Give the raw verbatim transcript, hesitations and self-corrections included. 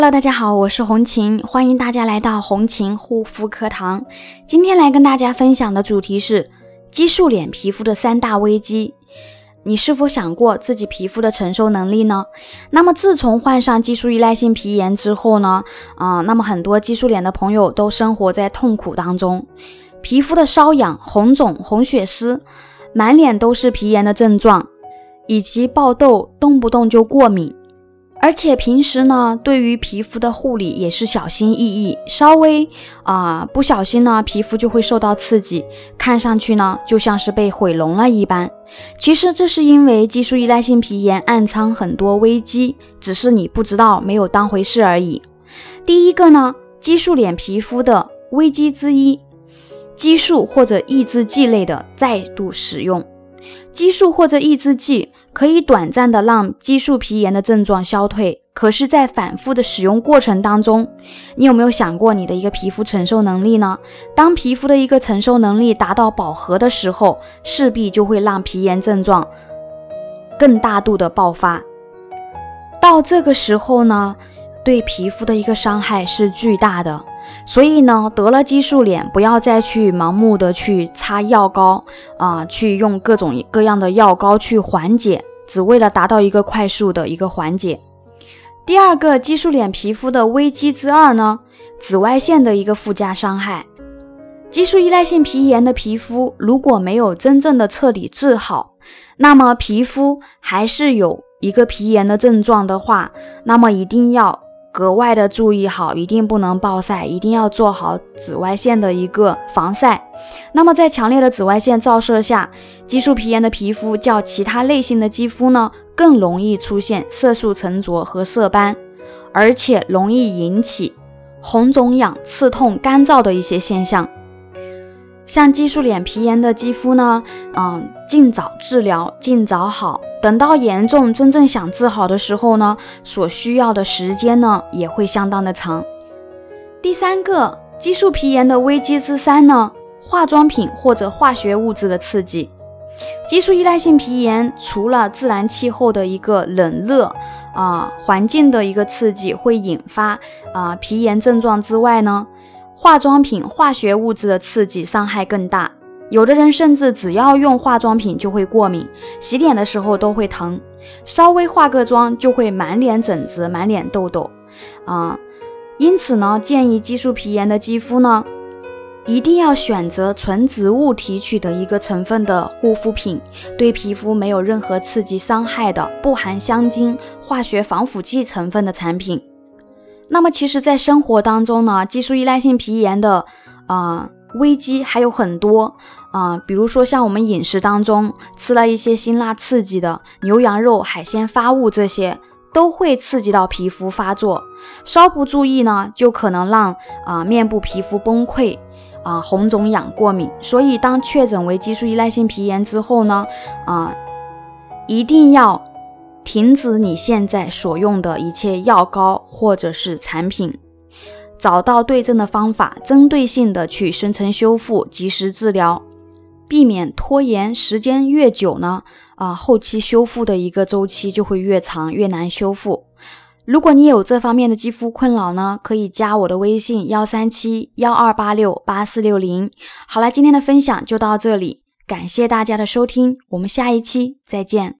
Hello， 大家好，我是红琴，欢迎大家来到红琴护肤课堂。今天来跟大家分享的主题是激素脸皮肤的三大危机。你是否想过自己皮肤的承受能力呢？那么自从患上激素依赖性皮炎之后呢，呃，那么很多激素脸的朋友都生活在痛苦当中，皮肤的瘙痒、红肿、红血丝，满脸都是皮炎的症状，以及爆痘，动不动就过敏。而且平时呢，对于皮肤的护理也是小心翼翼，稍微啊、呃、不小心呢，皮肤就会受到刺激，看上去呢就像是被毁容了一般。其实这是因为激素依赖性皮炎暗藏很多危机，只是你不知道，没有当回事而已。第一个呢，激素脸皮肤的危机之一，激素或者抑制剂类的再度使用。激素或者抑制剂可以短暂的让激素皮炎的症状消退，可是在反复的使用过程当中，你有没有想过你的一个皮肤承受能力呢？当皮肤的一个承受能力达到饱和的时候，势必就会让皮炎症状更大度的爆发。到这个时候呢，对皮肤的一个伤害是巨大的。所以呢，得了激素脸，不要再去盲目的去擦药膏啊、呃，去用各种各样的药膏去缓解，只为了达到一个快速的一个缓解。第二个激素脸皮肤的危机之二呢，紫外线的一个附加伤害。激素依赖性皮炎的皮肤如果没有真正的彻底治好，那么皮肤还是有一个皮炎的症状的话，那么一定要格外的注意好，一定不能暴晒，一定要做好紫外线的一个防晒。那么在强烈的紫外线照射下，激素皮炎的皮肤较其他类型的肌肤呢，更容易出现色素沉着和色斑，而且容易引起红肿痒、刺痛、干燥的一些现象。像激素脸皮炎的肌肤呢，嗯，尽早治疗，尽早好。等到严重真正想治好的时候呢，所需要的时间呢也会相当的长。第三个激素皮炎的危机之三呢，化妆品或者化学物质的刺激。激素依赖性皮炎除了自然气候的一个冷热啊、呃、环境的一个刺激会引发啊、呃、皮炎症状之外呢，化妆品化学物质的刺激伤害更大。有的人甚至只要用化妆品就会过敏，洗脸的时候都会疼，稍微化个妆就会满脸疹子、满脸痘痘啊、呃。因此呢，建议激素皮炎的肌肤呢，一定要选择纯植物提取的一个成分的护肤品，对皮肤没有任何刺激伤害的，不含香精、化学防腐剂成分的产品。那么其实在生活当中呢，激素依赖性皮炎的呃危机还有很多啊、呃，比如说像我们饮食当中吃了一些辛辣刺激的牛羊肉、海鲜发物，这些都会刺激到皮肤发作，稍不注意呢，就可能让啊、呃、面部皮肤崩溃啊、呃、红肿痒过敏。所以当确诊为激素依赖性皮炎之后呢，啊、呃、一定要停止你现在所用的一切药膏或者是产品，找到对症的方法，针对性的去深层修复，及时治疗，避免拖延。时间越久呢，啊、呃，后期修复的一个周期就会越长，越难修复。如果你有这方面的肌肤困扰呢，可以加我的微信一三七一二八六八四六零。好了，今天的分享就到这里，感谢大家的收听，我们下一期再见。